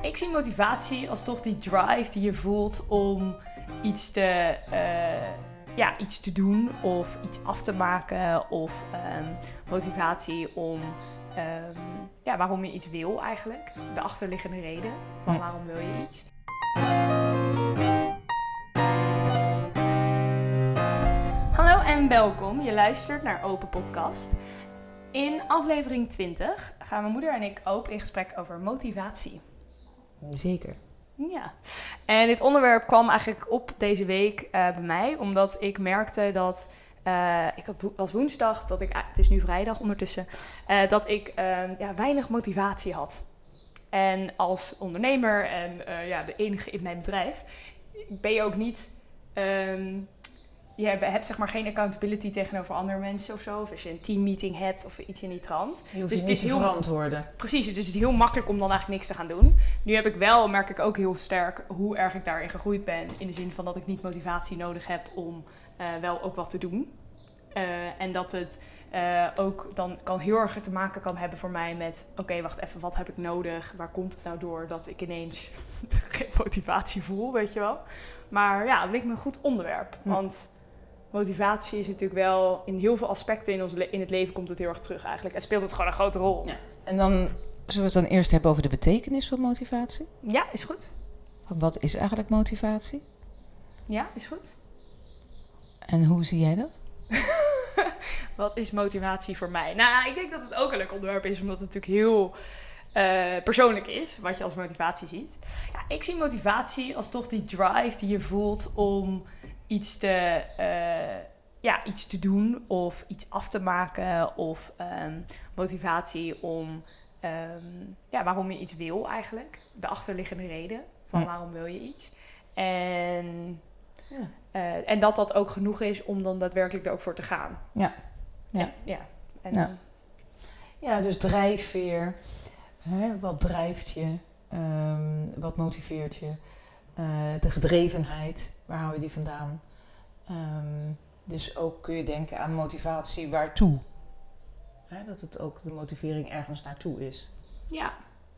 Ik zie motivatie als toch die drive die je voelt om iets te doen of iets af te maken. Of motivatie om waarom je iets wil eigenlijk. De achterliggende reden van waarom wil je iets. Hallo en welkom. Je luistert naar Open Podcast. In aflevering 20 gaan mijn moeder en ik open in gesprek over motivatie. Zeker. Ja, en dit onderwerp kwam eigenlijk op deze week bij mij, omdat ik merkte dat, was woensdag, het is nu vrijdag ondertussen, dat ik weinig motivatie had. En als ondernemer en de enige in mijn bedrijf, ben je ook niet... Je hebt zeg maar geen accountability tegenover andere mensen of zo. Of als je een teammeeting hebt of iets in die trant. Je hoeft dus je niet te verantwoorden. Precies, dus het is heel makkelijk om dan eigenlijk niks te gaan doen. Nu merk ik ook heel sterk hoe erg ik daarin gegroeid ben. In de zin van dat ik niet motivatie nodig heb om wel ook wat te doen. En dat het ook dan heel erg te maken kan hebben voor mij met... Oké, wacht even, wat heb ik nodig? Waar komt het nou door dat ik ineens geen motivatie voel, weet je wel? Maar ja, het lijkt me een goed onderwerp. Want... motivatie is natuurlijk wel in heel veel aspecten in het leven komt het heel erg terug eigenlijk. En speelt het gewoon een grote rol. Ja. En dan zullen we het dan eerst hebben over de betekenis van motivatie? Ja, is goed. Wat is eigenlijk motivatie? Ja, is goed. En hoe zie jij dat? Wat is motivatie voor mij? Nou, ik denk dat het ook een leuk onderwerp is, omdat het natuurlijk heel persoonlijk is, wat je als motivatie ziet. Ja, ik zie motivatie als toch die drive die je voelt om iets te doen of iets af te maken of motivatie om waarom je iets wil eigenlijk. De achterliggende reden van waarom wil je iets. En dat ook genoeg is om dan daadwerkelijk er ook voor te gaan. Dus drijfveer. Wat drijft je? Wat motiveert je? De gedrevenheid. Waar hou je die vandaan? Dus ook kun je denken aan motivatie waartoe. Dat het ook de motivering ergens naartoe is. Ja,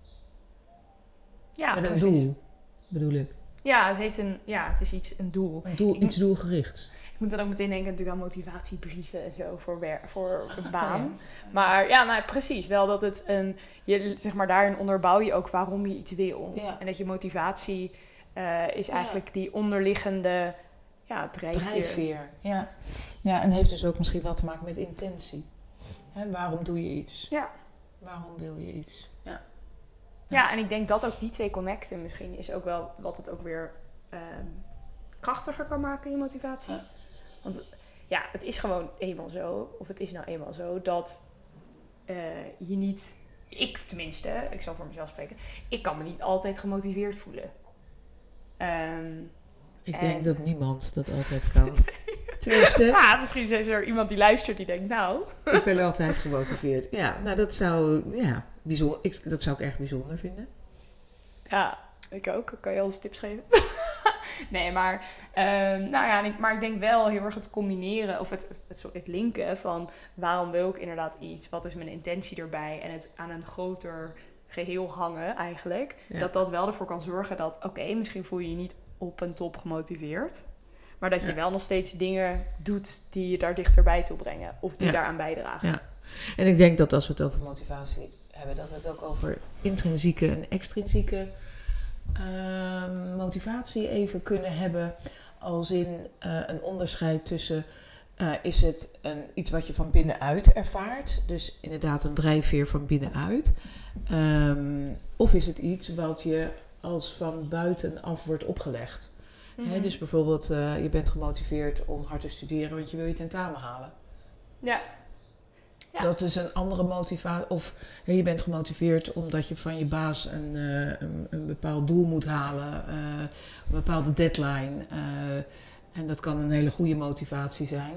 met een precies. doel, bedoel ik. Ja, het is een doel. Iets doelgerichts. Ik moet dan ook meteen denken natuurlijk aan motivatiebrieven en zo voor een baan. Ja. Maar precies. Wel dat het daarin onderbouw je ook waarom je iets wil. Ja. En dat je motivatie is eigenlijk die onderliggende drijfveer. Ja, en heeft dus ook misschien wel te maken met intentie. Waarom doe je iets? Ja. Waarom wil je iets? Ja, en ik denk dat ook die twee connecten misschien is ook wel wat het ook weer krachtiger kan maken, je motivatie. Ja. Want het is gewoon eenmaal zo, of het is nou eenmaal zo, dat je niet... Ik tenminste, ik zal voor mezelf spreken, ik kan me niet altijd gemotiveerd voelen. Ik denk dat niemand dat altijd kan. Tenminste. Misschien is er iemand die luistert die denkt, nou... Ik ben altijd gemotiveerd. Ja, nou dat zou dat zou ik erg bijzonder vinden. Ja, ik ook. Kan je ons tips geven? Nee, maar... maar ik denk wel heel erg het combineren... Of het linken van... Waarom wil ik inderdaad iets? Wat is mijn intentie erbij? En het aan een groter geheel hangen eigenlijk. Ja. Dat wel ervoor kan zorgen dat... Oké, misschien voel je je niet op en top gemotiveerd... Maar dat je wel nog steeds dingen doet die je daar dichterbij toe brengen. Of die daaraan bijdragen. Ja. En ik denk dat als we het over motivatie hebben... dat we het ook over intrinsieke en extrinsieke motivatie even kunnen hebben. Als in een onderscheid tussen... is het iets wat je van binnenuit ervaart? Dus inderdaad een drijfveer van binnenuit. Of is het iets wat je als van buitenaf wordt opgelegd? Mm-hmm. Dus bijvoorbeeld, je bent gemotiveerd om hard te studeren, want je wil je tentamen halen. Ja. Dat is een andere motivatie. Of je bent gemotiveerd omdat je van je baas een bepaald doel moet halen, een bepaalde deadline. En dat kan een hele goede motivatie zijn.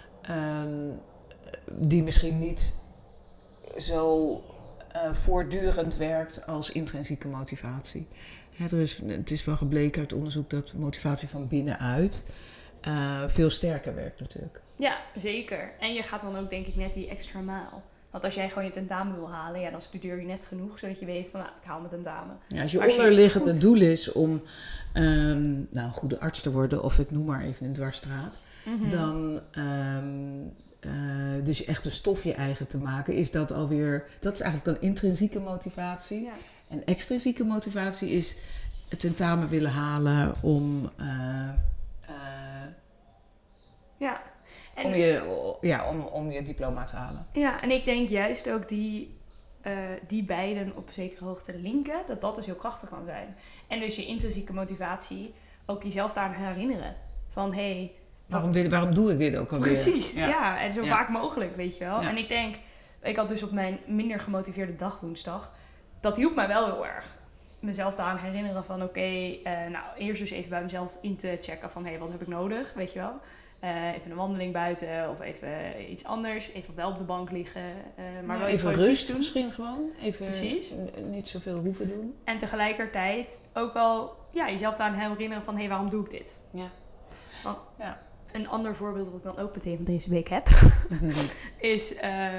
Die misschien niet zo voortdurend werkt als intrinsieke motivatie. Het is wel gebleken uit onderzoek dat motivatie van binnenuit veel sterker werkt natuurlijk. Ja, zeker. En je gaat dan ook denk ik net die extra maal. Want als jij gewoon je tentamen wil halen, ja, dan studeer je net genoeg, zodat je weet van, nou, ik haal mijn tentamen. Ja, als je Maar als je onderliggende goed- doel is om een goede arts te worden, of ik noem maar even een dwarsstraat, dan dus echt de stof je eigen te maken, is dat alweer, dat is eigenlijk dan intrinsieke motivatie. Ja. En extrinsieke motivatie is het tentamen willen halen om Ja. En, om je diploma te halen. ja, en ik denk juist ook die beiden op zekere hoogte linken, dat dus heel krachtig kan zijn. En dus je intrinsieke motivatie ook jezelf daaraan herinneren. Van, hé, Waarom doe ik dit ook alweer? precies, ja. En zo Ja. vaak mogelijk, weet je wel. Ja. En ik denk, ik had dus op mijn minder gemotiveerde dag woensdag, dat hielp mij wel heel erg. Mezelf daaraan herinneren van, eerst dus even bij mezelf in te checken van, hé, wat heb ik nodig, weet je wel. Even een wandeling buiten of even iets anders. Even wel op de bank liggen. Maar wel even productief rust misschien gewoon. Even Precies. Niet zoveel hoeven doen. En tegelijkertijd ook wel jezelf daaraan herinneren van, hé, waarom doe ik dit? Ja. Want Ja. een ander voorbeeld wat ik dan ook meteen van deze week heb, is,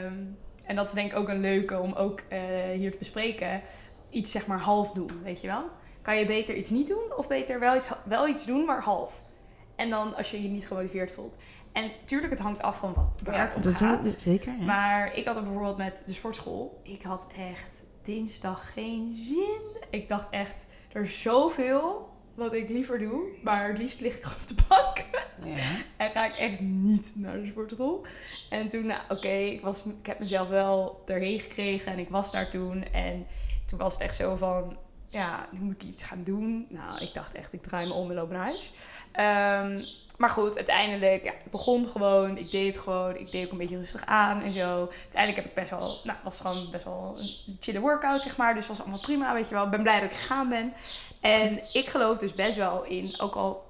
en dat is denk ik ook een leuke om ook hier te bespreken, iets zeg maar half doen, weet je wel? Kan je beter iets niet doen of beter wel iets doen, maar half? En dan als je je niet gemotiveerd voelt. En natuurlijk, het hangt af van waar het om gaat. Zeker. Ja. Maar ik had het bijvoorbeeld met de sportschool. Ik had echt dinsdag geen zin. Ik dacht echt, er is zoveel wat ik liever doe. Maar het liefst lig ik gewoon op de bank. Ja. En ga ik echt niet naar de sportschool. En toen, ik heb mezelf wel erheen gekregen. En ik was daar toen. En toen was het echt zo van, ja, nu moet ik iets gaan doen. Nou, ik dacht echt, ik draai me om en loop naar huis. Maar goed, uiteindelijk, ik begon gewoon. Ik deed het gewoon. Ik deed ook een beetje rustig aan en zo. Uiteindelijk heb ik was gewoon best wel een chille workout, zeg maar. Dus was allemaal prima, weet je wel. Ik ben blij dat ik gegaan ben. En ik geloof dus best wel in, ook al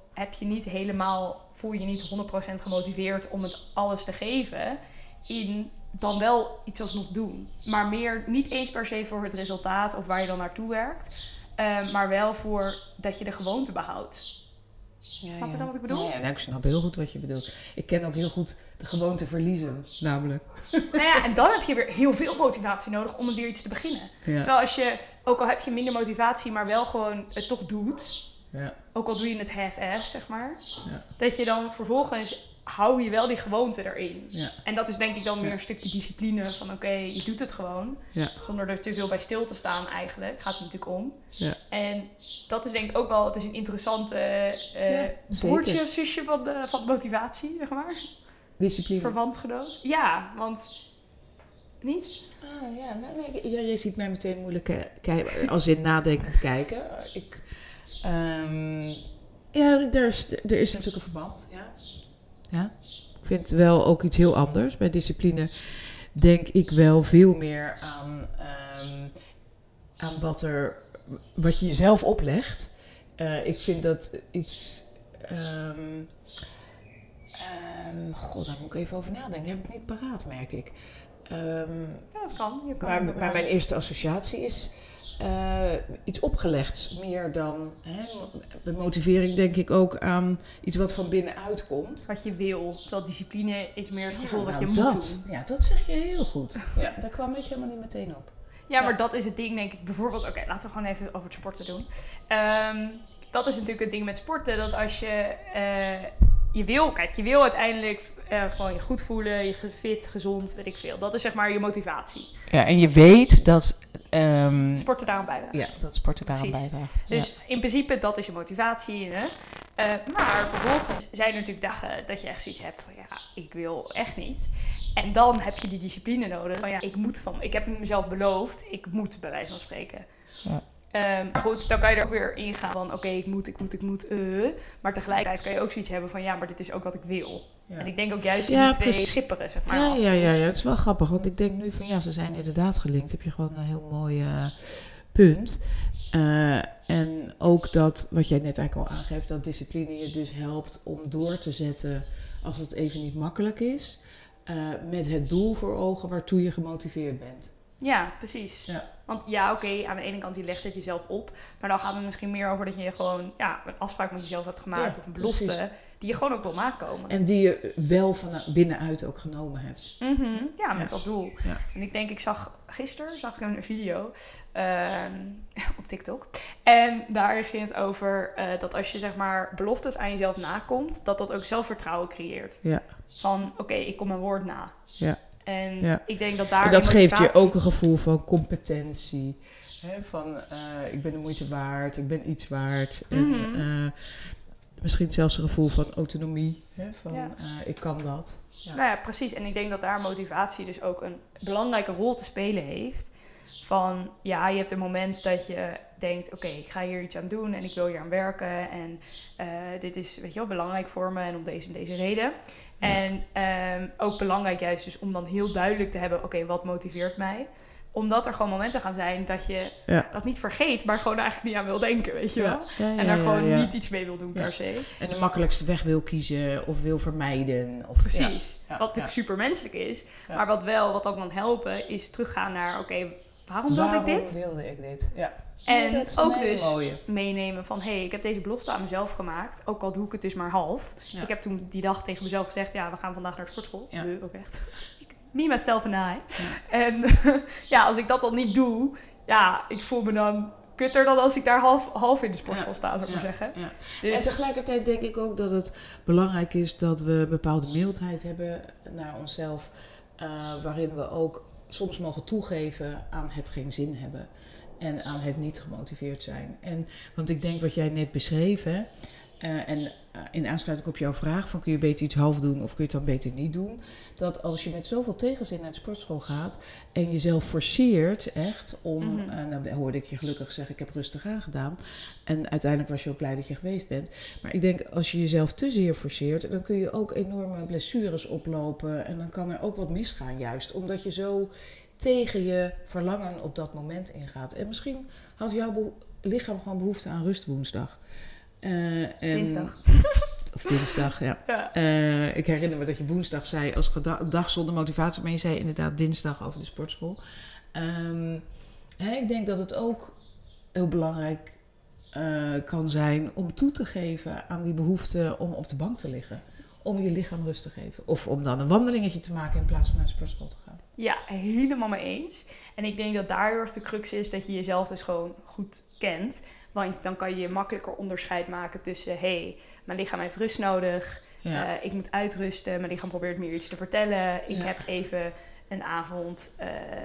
voel je je niet 100% gemotiveerd om het alles te geven, in dan wel iets alsnog doen. Maar meer, niet eens per se voor het resultaat of waar je dan naartoe werkt. Maar wel voor dat je de gewoonte behoudt. Snap je dan wat ik bedoel? Ja, ik snap heel goed wat je bedoelt. Ik ken ook heel goed de gewoonte verliezen, namelijk. Nou ja, en dan heb je weer heel veel motivatie nodig om weer iets te beginnen. Ja. Terwijl als je, ook al heb je minder motivatie, maar wel gewoon het toch doet. Ja. Ook al doe je het half-ass, zeg maar. Ja. Dat je dan vervolgens, hou je wel die gewoonte erin. Ja. En dat is denk ik dan meer een stukje discipline. Van oké, je doet het gewoon. Ja. Zonder er te veel bij stil te staan eigenlijk. Gaat het natuurlijk om. Ja. En dat is denk ik ook wel, het is een interessante broertje of zusje van de motivatie, zeg maar. Discipline. Verwantgenoot. Ja, want niet? Ah, ja, je ziet mij meteen moeilijk als in nadenkend kijken. Er is natuurlijk een verband. Ja. Ja. Ik vind wel ook iets heel anders. Bij discipline denk ik wel veel meer aan wat je jezelf oplegt. Ik vind dat iets. Daar moet ik even over nadenken. Heb ik niet paraat, merk ik. Ja, dat kan. Je kan Maar mijn eerste associatie is iets opgelegds. Meer dan de motivering, denk ik ook aan iets wat van binnenuit komt. wat je wil. Terwijl discipline is meer het gevoel wat je dat, moet doen. Ja, dat zeg je heel goed. Ja, daar kwam ik helemaal niet meteen op. Ja, maar dat is het ding, denk ik. Bijvoorbeeld, laten we gewoon even over het sporten doen. Dat is natuurlijk het ding met sporten. Dat als je je wil uiteindelijk gewoon je goed voelen, je fit, gezond, weet ik veel. Dat is zeg maar je motivatie. Ja, en je weet dat Sporten daaraan bijdraagt. ja, dat sporten daaraan Precies. bijdraagt. Dus in principe, dat is je motivatie. Hè? Maar vervolgens zijn er natuurlijk dagen dat je echt zoiets hebt van, ja, ik wil echt niet. En dan heb je die discipline nodig. Van, ja, ik heb mezelf beloofd, ik moet bij wijze van spreken. Ja. Maar goed, dan kan je er ook weer in gaan van, oké, ik moet. Maar tegelijkertijd kan je ook zoiets hebben van, ja, maar dit is ook wat ik wil. Ja. En ik denk ook juist in Ja, die twee precies. schipperen, zeg maar. Ja, het is wel grappig, want ik denk nu van ja, ze zijn inderdaad gelinkt. Heb je gewoon een heel mooi punt. En ook dat, wat jij net eigenlijk al aangeeft, dat discipline je dus helpt om door te zetten als het even niet makkelijk is. Met het doel voor ogen waartoe je gemotiveerd bent. Ja, precies. Ja. Want oké, aan de ene kant je legt het jezelf op. Maar dan gaat het misschien meer over dat je gewoon een afspraak met jezelf hebt gemaakt. Of een belofte precies. die je gewoon ook wil nakomen. En die je wel van binnenuit ook genomen hebt. Mm-hmm. Ja, met dat doel. Ja. En ik denk, gisteren zag ik een video op TikTok. En daar ging het over dat als je zeg maar beloftes aan jezelf nakomt, dat ook zelfvertrouwen creëert. Ja. Van oké, ik kom mijn woord na. Ja. En ik denk dat daar. En dat geeft je ook een gevoel van competentie. Hè? Van ik ben de moeite waard, ik ben iets waard. Mm-hmm. En misschien zelfs een gevoel van autonomie. Hè? Van ik kan dat. Ja. Nou ja, precies. En ik denk dat daar motivatie dus ook een belangrijke rol te spelen heeft. Van je hebt een moment dat je denkt, oké, ik ga hier iets aan doen en ik wil hier aan werken. En dit is, weet je wel, belangrijk voor me en om deze en deze reden. Ja. En ook belangrijk juist dus om dan heel duidelijk te hebben, oké, wat motiveert mij? Omdat er gewoon momenten gaan zijn dat je dat niet vergeet, maar gewoon eigenlijk niet aan wil denken, weet je wel? En daar gewoon niet iets mee wil doen per se. En de makkelijkste weg wil kiezen of wil vermijden. Of, precies. Wat natuurlijk supermenselijk is. Ja. Maar wat ook kan helpen, is teruggaan naar, oké, waarom wilde ik dit? Wilde ik dit? Ja. En ook dus meenemen van, ik heb deze belofte aan mezelf gemaakt. Ook al doe ik het dus maar half. Ja. Ik heb toen die dag tegen mezelf gezegd, we gaan vandaag naar de sportschool. Ja. Ook echt. Me, myself and I. Ja. En als ik dat dan niet doe, ik voel me dan kutter dan als ik daar half in de sportschool sta, zou ik maar zeggen. Ja. Dus, en tegelijkertijd denk ik ook dat het belangrijk is dat we een bepaalde mildheid hebben naar onszelf. Waarin we ook soms mogen toegeven aan het geen zin hebben. En aan het niet gemotiveerd zijn. Want ik denk wat jij net beschreef, hè, in aansluiting op jouw vraag van kun je beter iets half doen of kun je het dan beter niet doen. Dat als je met zoveel tegenzin naar de sportschool gaat en jezelf forceert echt om, nou hoorde ik je gelukkig zeggen, ik heb rustig aangedaan. En uiteindelijk was je ook blij dat je geweest bent. Maar ik denk als je jezelf te zeer forceert, dan kun je ook enorme blessures oplopen. En dan kan er ook wat misgaan juist. Omdat je zo tegen je verlangen op dat moment ingaat. En misschien had jouw lichaam gewoon behoefte aan rust woensdag. Dinsdag. Of dinsdag, ja. Ik herinner me dat je woensdag zei als dag zonder motivatie, maar je zei inderdaad dinsdag over de sportschool. Ik denk dat het ook heel belangrijk kan zijn om toe te geven aan die behoefte om op de bank te liggen. Om je lichaam rust te geven. Of om dan een wandelingetje te maken in plaats van naar de sportschool te gaan. Ja, helemaal mee eens. En ik denk dat daar heel erg de crux is dat je jezelf dus gewoon goed kent. Want dan kan je makkelijker onderscheid maken tussen, mijn lichaam heeft rust nodig. Ja. Ik moet uitrusten. Mijn lichaam probeert meer iets te vertellen. Ik heb even een avond,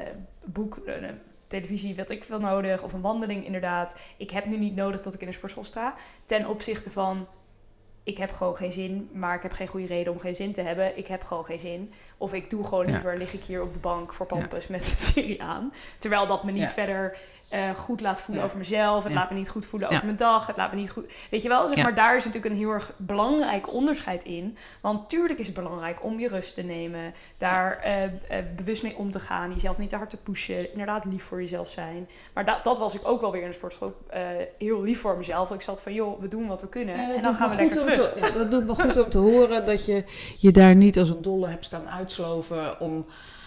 boek, televisie, wat ik veel nodig. Of een wandeling inderdaad. Ik heb nu niet nodig dat ik in een sportschool sta. Ten opzichte van, ik heb gewoon geen zin, maar ik heb geen goede reden om geen zin te hebben. Ik heb gewoon geen zin. Of ik doe gewoon liever, lig ik hier op de bank voor Pampus met een serie aan. Terwijl dat me niet verder goed laat voelen over mezelf. Het laat me niet goed voelen over mijn dag. Het laat me niet goed... Weet je wel, zeg maar, daar is natuurlijk een heel erg belangrijk onderscheid in. Want tuurlijk is het belangrijk om je rust te nemen. Daar bewust mee om te gaan. Jezelf niet te hard te pushen. Inderdaad lief voor jezelf zijn. Maar dat was ik ook wel weer in de sportschool. Heel lief voor mezelf. Dat ik zat van, joh, we doen wat we kunnen. En dan gaan we lekker terug. Dat doet me goed om te horen dat je daar niet als een dolle hebt staan uitsloven om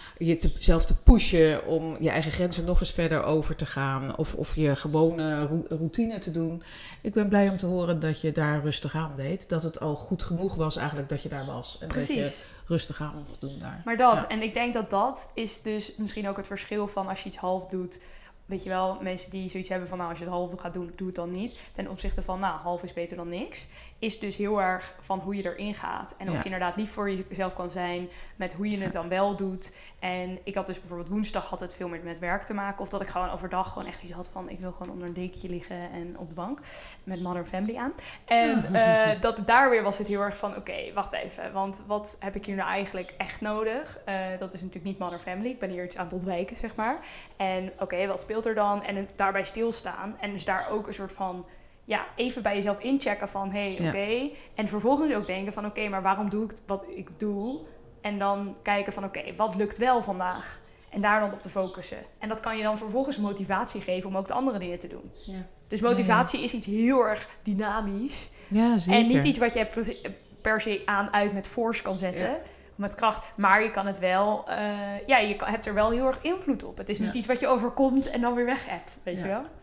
jezelf te pushen om je eigen grenzen nog eens verder over te gaan of je gewone routine te doen. Ik ben blij om te horen dat je daar rustig aan deed. Dat het al goed genoeg was eigenlijk dat je daar was. En precies. Dat je rustig aan mocht doen daar. Maar en ik denk dat is dus misschien ook het verschil van als je iets half doet. Weet je wel, mensen die zoiets hebben van, als je het half gaat doen, doe het dan niet. Ten opzichte van, half is beter dan niks. Is dus heel erg van hoe je erin gaat. En of je inderdaad lief voor jezelf kan zijn met hoe je het dan wel doet. En ik had dus bijvoorbeeld woensdag had het veel meer met werk te maken. Of dat ik gewoon overdag gewoon echt iets had van, ik wil gewoon onder een dekentje liggen en op de bank. Met Modern Family aan. En dat daar weer was het heel erg van, oké, wacht even. Want wat heb ik hier nou eigenlijk echt nodig? Dat is natuurlijk niet Modern Family. Ik ben hier iets aan het ontwijken, zeg maar. En oké, wat speelt er dan? En daarbij stilstaan. En dus daar ook een soort van, even bij jezelf inchecken van, oké. En vervolgens ook denken van, oké, maar waarom doe ik wat ik doe? En dan kijken van, oké, wat lukt wel vandaag? En daar dan op te focussen. En dat kan je dan vervolgens motivatie geven om ook de andere dingen te doen. Ja. Dus motivatie is iets heel erg dynamisch. Ja, zeker. En niet iets wat je per se uit met force kan zetten. Ja. met kracht. Maar je kan het wel, hebt er wel heel erg invloed op. Het is niet iets wat je overkomt en dan weer weg hebt, weet je wel?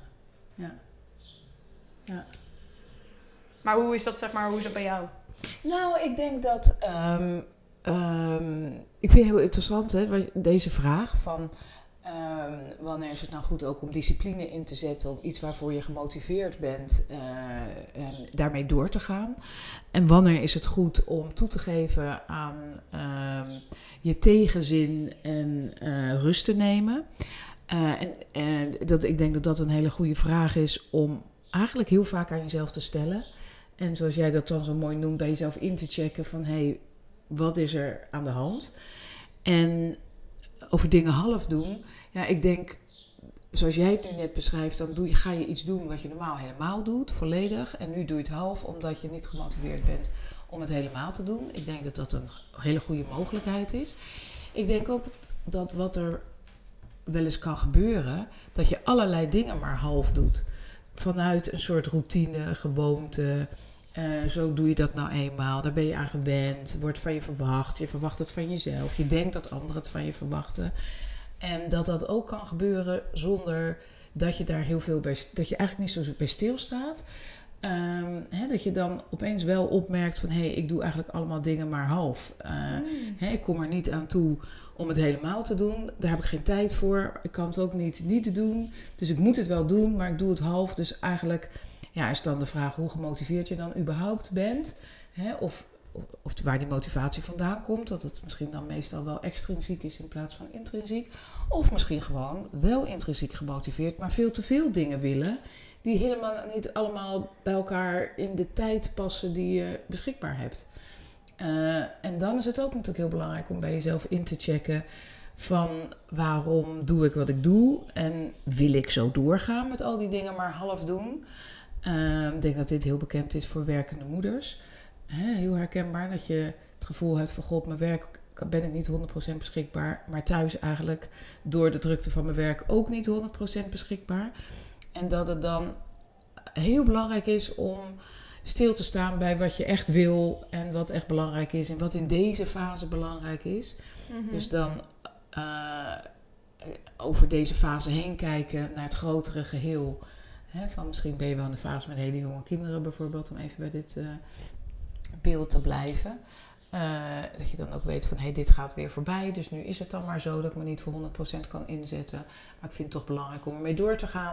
Ja. Maar hoe is dat bij jou? Nou, ik denk dat... ik vind het heel interessant, deze vraag van... wanneer is het nou goed ook om discipline in te zetten... om iets waarvoor je gemotiveerd bent daarmee door te gaan. En wanneer is het goed om toe te geven aan je tegenzin en rust te nemen. Ik denk dat dat een hele goede vraag is om eigenlijk heel vaak aan jezelf te stellen... En zoals jij dat dan zo mooi noemt, bij jezelf in te checken van... wat is er aan de hand? En over dingen half doen. Ja, ik denk, zoals jij het nu net beschrijft... dan ga je iets doen wat je normaal helemaal doet, volledig. En nu doe je het half, omdat je niet gemotiveerd bent om het helemaal te doen. Ik denk dat dat een hele goede mogelijkheid is. Ik denk ook dat wat er wel eens kan gebeuren... dat je allerlei dingen maar half doet. Vanuit een soort routine, gewoonte... zo doe je dat nou eenmaal, daar ben je aan gewend, wordt van je verwacht, je verwacht het van jezelf, je denkt dat anderen het van je verwachten. En dat ook kan gebeuren zonder dat je daar heel veel bij, dat je eigenlijk niet zo bij stilstaat. Dat je dan opeens wel opmerkt van ik doe eigenlijk allemaal dingen maar half. Ik kom er niet aan toe om het helemaal te doen. Daar heb ik geen tijd voor. Ik kan het ook niet doen. Dus ik moet het wel doen, maar ik doe het half. Dus eigenlijk is dan de vraag hoe gemotiveerd je dan überhaupt bent. Of waar die motivatie vandaan komt. Dat het misschien dan meestal wel extrinsiek is in plaats van intrinsiek. Of misschien gewoon wel intrinsiek gemotiveerd, maar veel te veel dingen willen... die helemaal niet allemaal bij elkaar in de tijd passen die je beschikbaar hebt. En dan is het ook natuurlijk heel belangrijk om bij jezelf in te checken... van waarom doe ik wat ik doe en wil ik zo doorgaan met al die dingen maar half doen... Ik denk dat dit heel bekend is voor werkende moeders. Heel herkenbaar dat je het gevoel hebt van... God, op mijn werk ben ik niet 100% beschikbaar... maar thuis eigenlijk door de drukte van mijn werk ook niet 100% beschikbaar. En dat het dan heel belangrijk is om stil te staan bij wat je echt wil... en wat echt belangrijk is en wat in deze fase belangrijk is. Mm-hmm. Dus dan over deze fase heen kijken naar het grotere geheel... van misschien ben je wel in de fase met hele jonge kinderen bijvoorbeeld... om even bij dit beeld te blijven. Dat je dan ook weet van dit gaat weer voorbij. Dus nu is het dan maar zo dat ik me niet voor 100% kan inzetten. Maar ik vind het toch belangrijk om ermee door te gaan.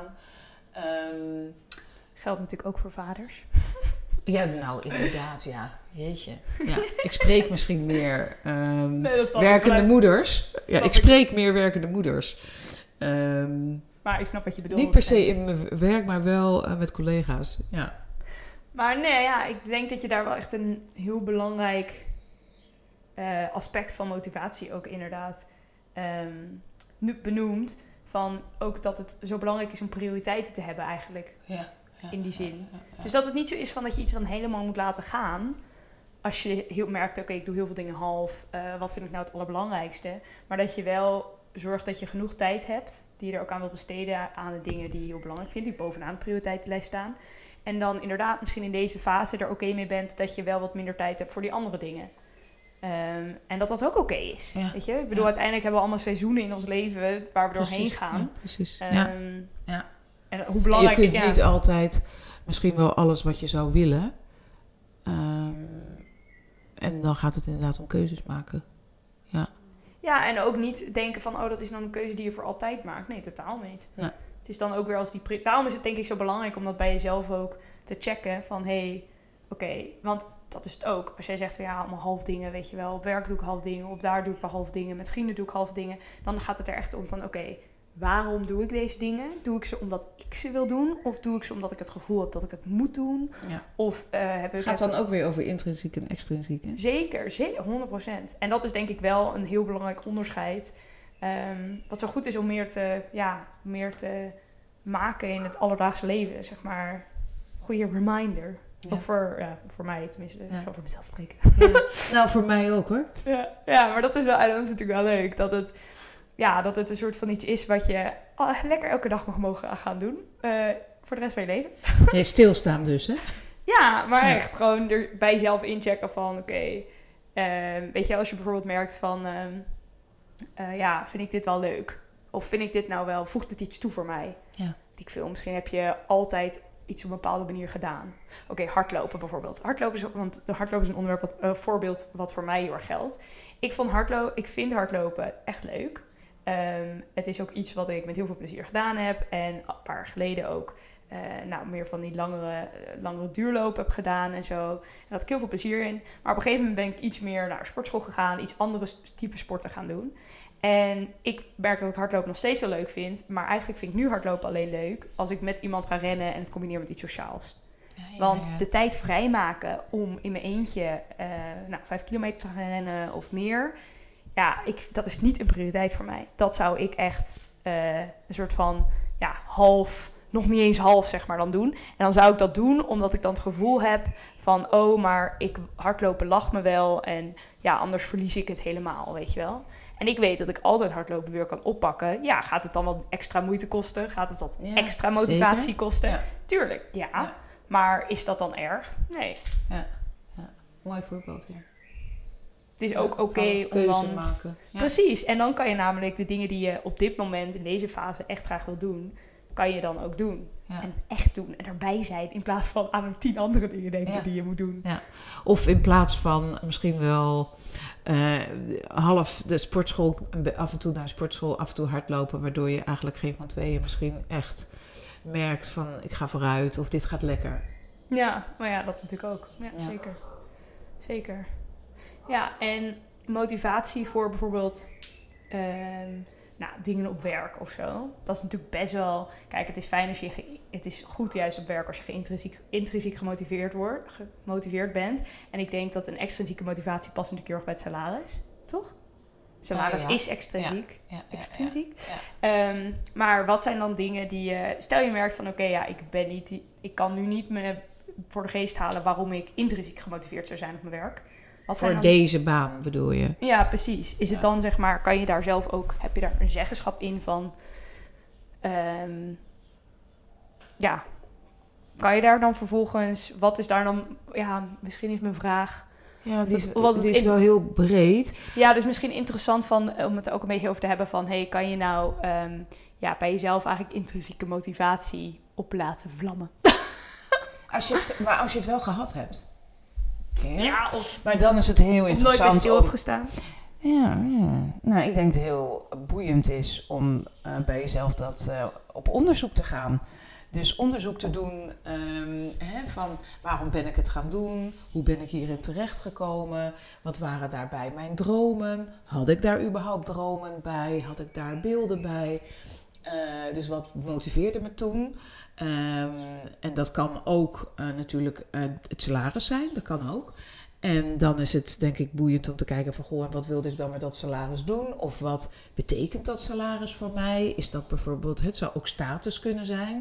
Geldt natuurlijk ook voor vaders. Ja, nou inderdaad, ja. Jeetje. Ja, ik spreek misschien meer werkende moeders. Ja, ik spreek meer werkende moeders. Maar ik snap wat je bedoelt. Niet per se in mijn werk, maar wel met collega's. Ja. Maar ik denk dat je daar wel echt een heel belangrijk aspect van motivatie ook inderdaad nu benoemt. Van ook dat het zo belangrijk is om prioriteiten te hebben eigenlijk. Ja, in die zin. Ja. Dus dat het niet zo is van dat je iets dan helemaal moet laten gaan. Als je heel merkt, oké, ik doe heel veel dingen half. Wat vind ik nou het allerbelangrijkste? Maar dat je wel zorgt dat je genoeg tijd hebt die je er ook aan wilt besteden aan de dingen die je heel belangrijk vindt, die bovenaan de prioriteitenlijst staan. En dan inderdaad misschien in deze fase er oké mee bent dat je wel wat minder tijd hebt voor die andere dingen. En dat ook oké is. Ja. Weet je? Ik bedoel, uiteindelijk hebben we allemaal seizoenen in ons leven waar we doorheen gaan. Ja, precies. En hoe belangrijk... En je kunt niet altijd misschien wel alles wat je zou willen. En dan gaat het inderdaad om keuzes maken. Ja. Ja, en ook niet denken van, dat is nou een keuze die je voor altijd maakt. Nee, totaal niet. Nee. Het is dan ook weer als die... Daarom is het denk ik zo belangrijk om dat bij jezelf ook te checken. Van, oké, want dat is het ook. Als jij zegt, allemaal half dingen, weet je wel. Op werk doe ik half dingen, op daar doe ik wel half dingen. Met vrienden doe ik half dingen. Dan gaat het er echt om van, waarom doe ik deze dingen? Doe ik ze omdat ik ze wil doen? Of doe ik ze omdat ik het gevoel heb dat ik het moet doen? Ja. Of gaat dan ook weer over intrinsiek en extrinsiek, hè? Zeker, 100%. En dat is denk ik wel een heel belangrijk onderscheid. Wat zo goed is om meer te maken in het alledaagse leven, zeg maar. Goede reminder. Ja. Ook voor mij tenminste. Ik zal voor mezelf spreken. Ja. Nou, voor mij ook hoor. Ja, maar dat is natuurlijk wel leuk. Dat het een soort van iets is wat je lekker elke dag mogen gaan doen. Voor de rest van je leven. Stilstaan dus, hè? Ja, maar echt gewoon er bij jezelf inchecken van... Weet je, als je bijvoorbeeld merkt van... vind ik dit wel leuk? Of vind ik dit nou wel... Voegt het iets toe voor mij? Ja. Ik veel, misschien heb je altijd iets op een bepaalde manier gedaan. Oké, hardlopen bijvoorbeeld. Want de hardlopen is een onderwerp voorbeeld wat voor mij heel erg geldt. Ik vind hardlopen echt leuk. Het is ook iets wat ik met heel veel plezier gedaan heb. En een paar jaar geleden ook meer van die langere duurlopen heb gedaan en zo. Daar had ik heel veel plezier in. Maar op een gegeven moment ben ik iets meer naar sportschool gegaan. Iets andere type sporten gaan doen. En ik merk dat ik hardlopen nog steeds heel leuk vind. Maar eigenlijk vind ik nu hardlopen alleen leuk als ik met iemand ga rennen en het combineer met iets sociaals. Want de tijd vrijmaken om in mijn eentje 5 kilometer te gaan rennen of meer... dat is niet een prioriteit voor mij. Dat zou ik echt een soort van half, nog niet eens half zeg maar dan doen. En dan zou ik dat doen omdat ik dan het gevoel heb van... maar hardlopen lag me wel en anders verlies ik het helemaal, weet je wel. En ik weet dat ik altijd hardlopen weer kan oppakken. Ja, gaat het dan wat extra moeite kosten? Gaat het wat extra motivatie zeker? Kosten? Ja. Tuurlijk, ja. Maar is dat dan erg? Nee. Ja. Mooi voorbeeld hier. Het is ook oké om dan... maken. Ja. Precies. En dan kan je namelijk de dingen die je op dit moment in deze fase echt graag wil doen... kan je dan ook doen. Ja. En echt doen. En erbij zijn in plaats van aan 10 andere dingen denken die je moet doen. Ja. Of in plaats van misschien wel... half de sportschool, af en toe naar de sportschool, af en toe hardlopen, waardoor je eigenlijk geen van tweeën misschien echt merkt van ik ga vooruit of dit gaat lekker. Ja, maar dat natuurlijk ook. Ja. Zeker. Ja, en motivatie voor bijvoorbeeld dingen op werk of zo. Dat is natuurlijk best wel... Kijk, het is fijn als het is goed juist op werk als je intrinsiek gemotiveerd bent. En ik denk dat een extrinsieke motivatie past natuurlijk heel erg bij het salaris. Toch? Salaris is extrinsiek. Extrinsiek. Ja. Maar wat zijn dan dingen die je... Stel je merkt van ik kan nu niet me voor de geest halen waarom ik intrinsiek gemotiveerd zou zijn op mijn werk. Voor deze baan bedoel je? Ja, precies. Is het dan zeg maar, kan je daar zelf ook, heb je daar een zeggenschap in van, kan je daar dan vervolgens, wat is daar dan, misschien is mijn vraag. Ja, die is wel heel breed. Ja, dus misschien interessant om het ook een beetje over te hebben van, kan je nou bij jezelf eigenlijk intrinsieke motivatie op laten vlammen? Maar als je het wel gehad hebt. Ja, maar dan is het heel interessant. Nooit bij stil hebt gestaan. Ja. Nou, ik denk dat het heel boeiend is om bij jezelf dat op onderzoek te gaan. Dus onderzoek te doen van waarom ben ik het gaan doen? Hoe ben ik hierin terechtgekomen? Wat waren daarbij mijn dromen? Had ik daar überhaupt dromen bij? Had ik daar beelden bij? Dus wat motiveerde me toen? En dat kan ook natuurlijk het salaris zijn, dat kan ook. En dan is het denk ik boeiend om te kijken van en wat wilde ik dan met dat salaris doen? Of wat betekent dat salaris voor mij? Is dat bijvoorbeeld, het zou ook status kunnen zijn.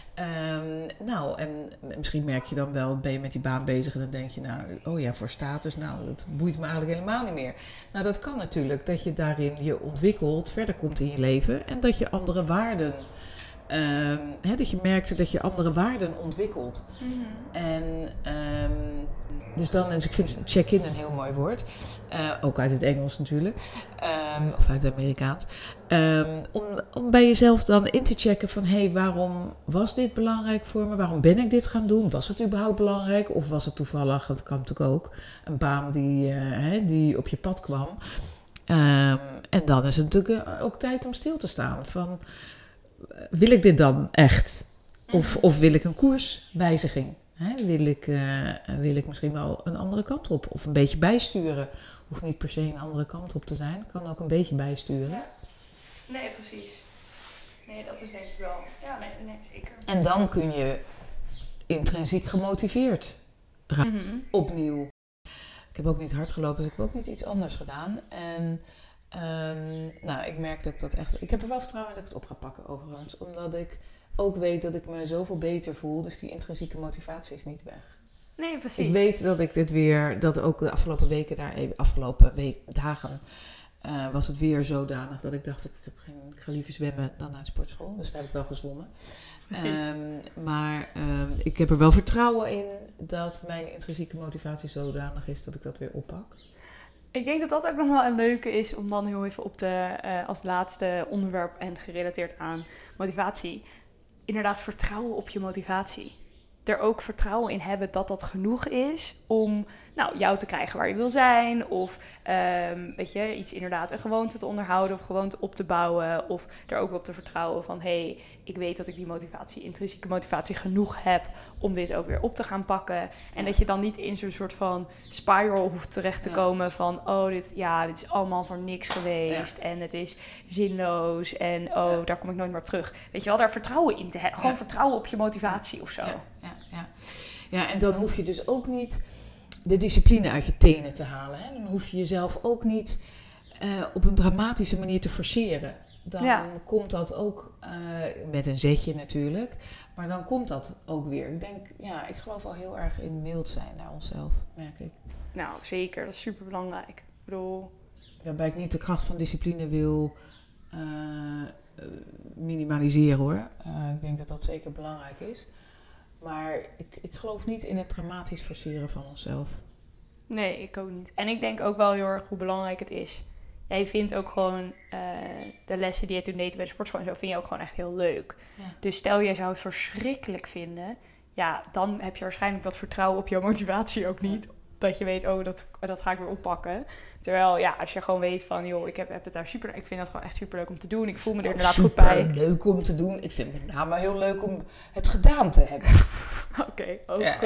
En misschien merk je dan wel, ben je met die baan bezig en dan denk je voor status, dat boeit me eigenlijk helemaal niet meer. Nou, dat kan natuurlijk, dat je daarin je ontwikkelt, verder komt in je leven en dat je andere waarden, dat je merkt dat je andere waarden ontwikkelt. Mm-hmm. En dus ik vind check-in een heel mooi woord. Ook uit het Engels natuurlijk. Of uit het Amerikaans. Om bij jezelf dan in te checken van waarom was dit belangrijk voor me? Waarom ben ik dit gaan doen? Was het überhaupt belangrijk? Of was het toevallig, dat kan natuurlijk ook, een baan die op je pad kwam. En dan is het natuurlijk ook tijd om stil te staan. Van, wil ik dit dan echt? Of wil ik een koerswijziging? Wil ik misschien wel een andere kant op? Of een beetje bijsturen? Hoeft niet per se een andere kant op te zijn. Kan ook een beetje bijsturen. Ja. Nee, precies. Nee, dat is denk ik wel. Ja, nee, zeker. En dan kun je intrinsiek gemotiveerd raken. Mm-hmm. Opnieuw. Ik heb ook niet hard gelopen, dus ik heb ook niet iets anders gedaan. En ik merk dat ik dat echt... Ik heb er wel vertrouwen in dat ik het op ga pakken overigens. Omdat ik ook weet dat ik me zoveel beter voel. Dus die intrinsieke motivatie is niet weg. Nee, precies. Ik weet dat ik dat ook de afgelopen dagen was het weer zodanig dat ik dacht, ik ga liever zwemmen dan naar de sportschool. Dus daar heb ik wel gezwommen. Maar ik heb er wel vertrouwen in dat mijn intrinsieke motivatie zodanig is dat ik dat weer oppak. Ik denk dat dat ook nog wel een leuke is om dan heel even als laatste onderwerp en gerelateerd aan motivatie. Inderdaad, vertrouwen op je motivatie. Er ook vertrouwen in hebben dat dat genoeg is om jou te krijgen waar je wil zijn. Of iets inderdaad een gewoonte te onderhouden of gewoonte op te bouwen. Of er ook op te vertrouwen van ik weet dat ik die intrinsieke motivatie genoeg heb om dit ook weer op te gaan pakken. En dat je dan niet in zo'n soort van spiral hoeft terecht te komen van dit is allemaal voor niks geweest. En het is zinloos en daar kom ik nooit meer op terug. Weet je wel, daar vertrouwen in te hebben. Gewoon vertrouwen op je motivatie of zo. Ja, en dan hoef je dus ook niet de discipline uit je tenen te halen. Hè? Dan hoef je jezelf ook niet op een dramatische manier te forceren. Dan komt dat ook met een zetje natuurlijk. Maar dan komt dat ook weer. Ik geloof wel heel erg in mild zijn naar onszelf, merk ik. Nou, zeker. Dat is super belangrijk. Ik bedoel... Waarbij ik niet de kracht van discipline wil minimaliseren hoor. Ik denk dat dat zeker belangrijk is. Maar ik geloof niet in het dramatisch forceren van onszelf. Nee, ik ook niet. En ik denk ook wel heel erg hoe belangrijk het is. Jij vindt ook gewoon de lessen die je toen deed bij de sportschool en zo, vind je ook gewoon echt heel leuk. Ja. Dus stel jij zou het verschrikkelijk vinden, dan heb je waarschijnlijk dat vertrouwen op jouw motivatie ook niet. Dat je weet, dat ga ik weer oppakken. Terwijl, als je gewoon weet van, ik heb het daar ik vind dat gewoon echt super leuk om te doen. Ik voel me er inderdaad goed bij. Super leuk om te doen. Ik vind het met name heel leuk om het gedaan te hebben. Oké, ook goed.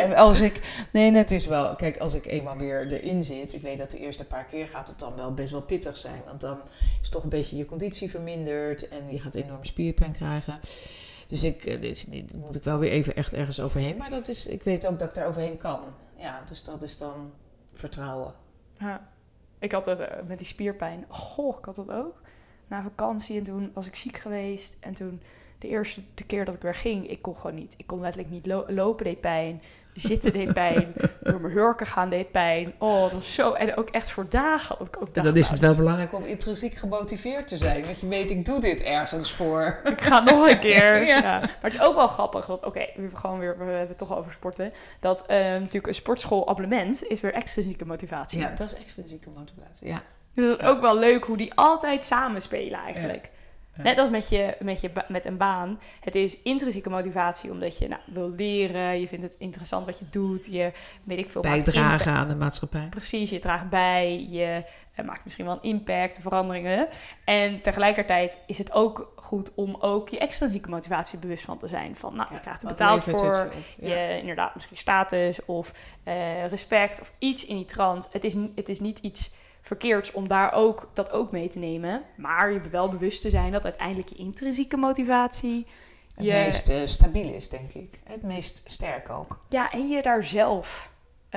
En het is wel, kijk, als ik eenmaal weer erin zit, ik weet dat de eerste paar keer gaat het dan wel best wel pittig zijn. Want dan is toch een beetje je conditie verminderd en je gaat enorm spierpijn krijgen. Dus moet ik wel weer even echt ergens overheen. Maar ik weet ook dat ik daar overheen kan. Ja, dus dat is dan vertrouwen. Ja, ik had het met die spierpijn. Ik had dat ook. Na vakantie en toen was ik ziek geweest. En toen de eerste keer dat ik weer ging, ik kon gewoon niet. Ik kon letterlijk niet lopen, deed pijn. Zitten deed pijn. Door mijn hurken gaan deed pijn. Het was zo. En ook echt voor dagen. Dat ik ook dacht, en dan is het wel belangrijk om intrinsiek gemotiveerd te zijn. Dat je weet, ik doe dit ergens voor. Ik ga nog een keer. Ja. Maar het is ook wel grappig. Dat, we hebben het toch over sporten. Dat natuurlijk een sportschoolabonnement is weer extrinsieke motivatie. Ja, dat is extrinsieke motivatie. Ja. Dus dat is ook wel leuk hoe die altijd samenspelen eigenlijk. Ja. Net als met een baan. Het is intrinsieke motivatie omdat je wil leren. Je vindt het interessant wat je doet. Je, weet ik veel, bijdragen aan de maatschappij. Precies, je draagt bij. Je maakt misschien wel een impact, veranderingen. En tegelijkertijd is het ook goed om ook je extrinsieke motivatie bewust van te zijn. Van, je krijgt er betaald voor. Je inderdaad misschien status of respect of iets in die trant. Het is niet iets verkeerds om dat ook mee te nemen. Maar je wel bewust te zijn dat uiteindelijk je intrinsieke motivatie het meest stabiel is, denk ik. Het meest sterk ook. Ja, en je daar zelf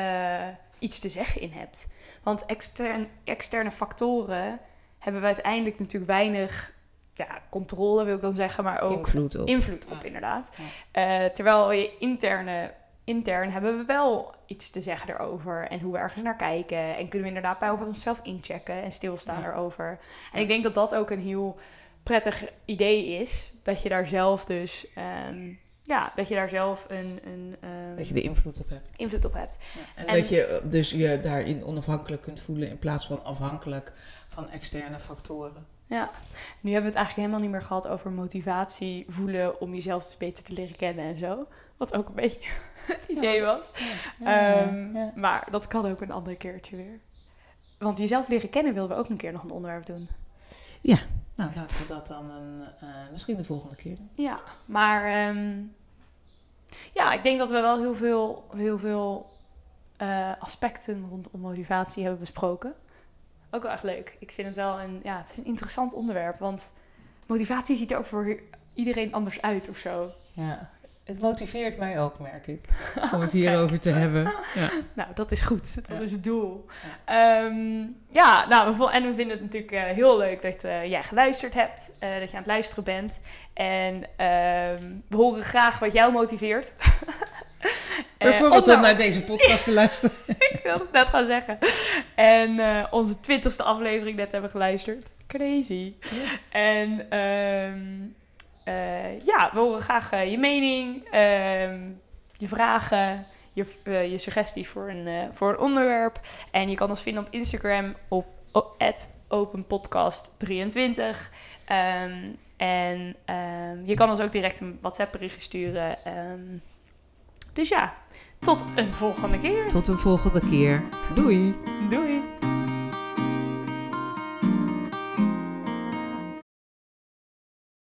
iets te zeggen in hebt. Want externe factoren hebben we uiteindelijk natuurlijk weinig controle, wil ik dan zeggen, maar ook invloed op inderdaad. Ja. Terwijl je intern hebben we wel iets te zeggen erover en hoe we ergens naar kijken. En kunnen we inderdaad bij onszelf inchecken en stilstaan erover. En ik denk dat dat ook een heel prettig idee is. Dat je daar zelf dus... dat je daar zelf dat je de invloed op hebt. Ja. En dat je dus je daarin onafhankelijk kunt voelen in plaats van afhankelijk van externe factoren. Ja, nu hebben we het eigenlijk helemaal niet meer gehad over motivatie voelen om jezelf dus beter te leren kennen en zo. Wat ook een beetje het idee was. Ja. Maar dat kan ook een ander keertje weer. Want jezelf leren kennen wilden we ook een keer nog een onderwerp doen. Ja, nou laten we dat dan misschien de volgende keer doen. Ja, maar ik denk dat we wel heel veel aspecten rondom motivatie hebben besproken. Ook wel echt leuk. Ik vind het wel het is een interessant onderwerp. Want motivatie ziet er ook voor iedereen anders uit of zo. Ja, het motiveert mij ook, merk ik. Om het hierover te hebben. Ja. Nou, dat is goed. Dat is het doel. Ja. We vinden het natuurlijk heel leuk dat jij geluisterd hebt. Dat je aan het luisteren bent. En we horen graag wat jou motiveert. Bijvoorbeeld om naar deze podcast te luisteren. Ik wilde het net gaan zeggen. En onze 20e aflevering net hebben geluisterd. Crazy. Ja. En we horen graag je mening, je vragen, je suggesties voor een onderwerp. En je kan ons vinden op Instagram op @openpodcast23. Je kan ons ook direct een WhatsApp berichtje sturen. Dus ja, tot een volgende keer. Tot een volgende keer. Doei! Doei!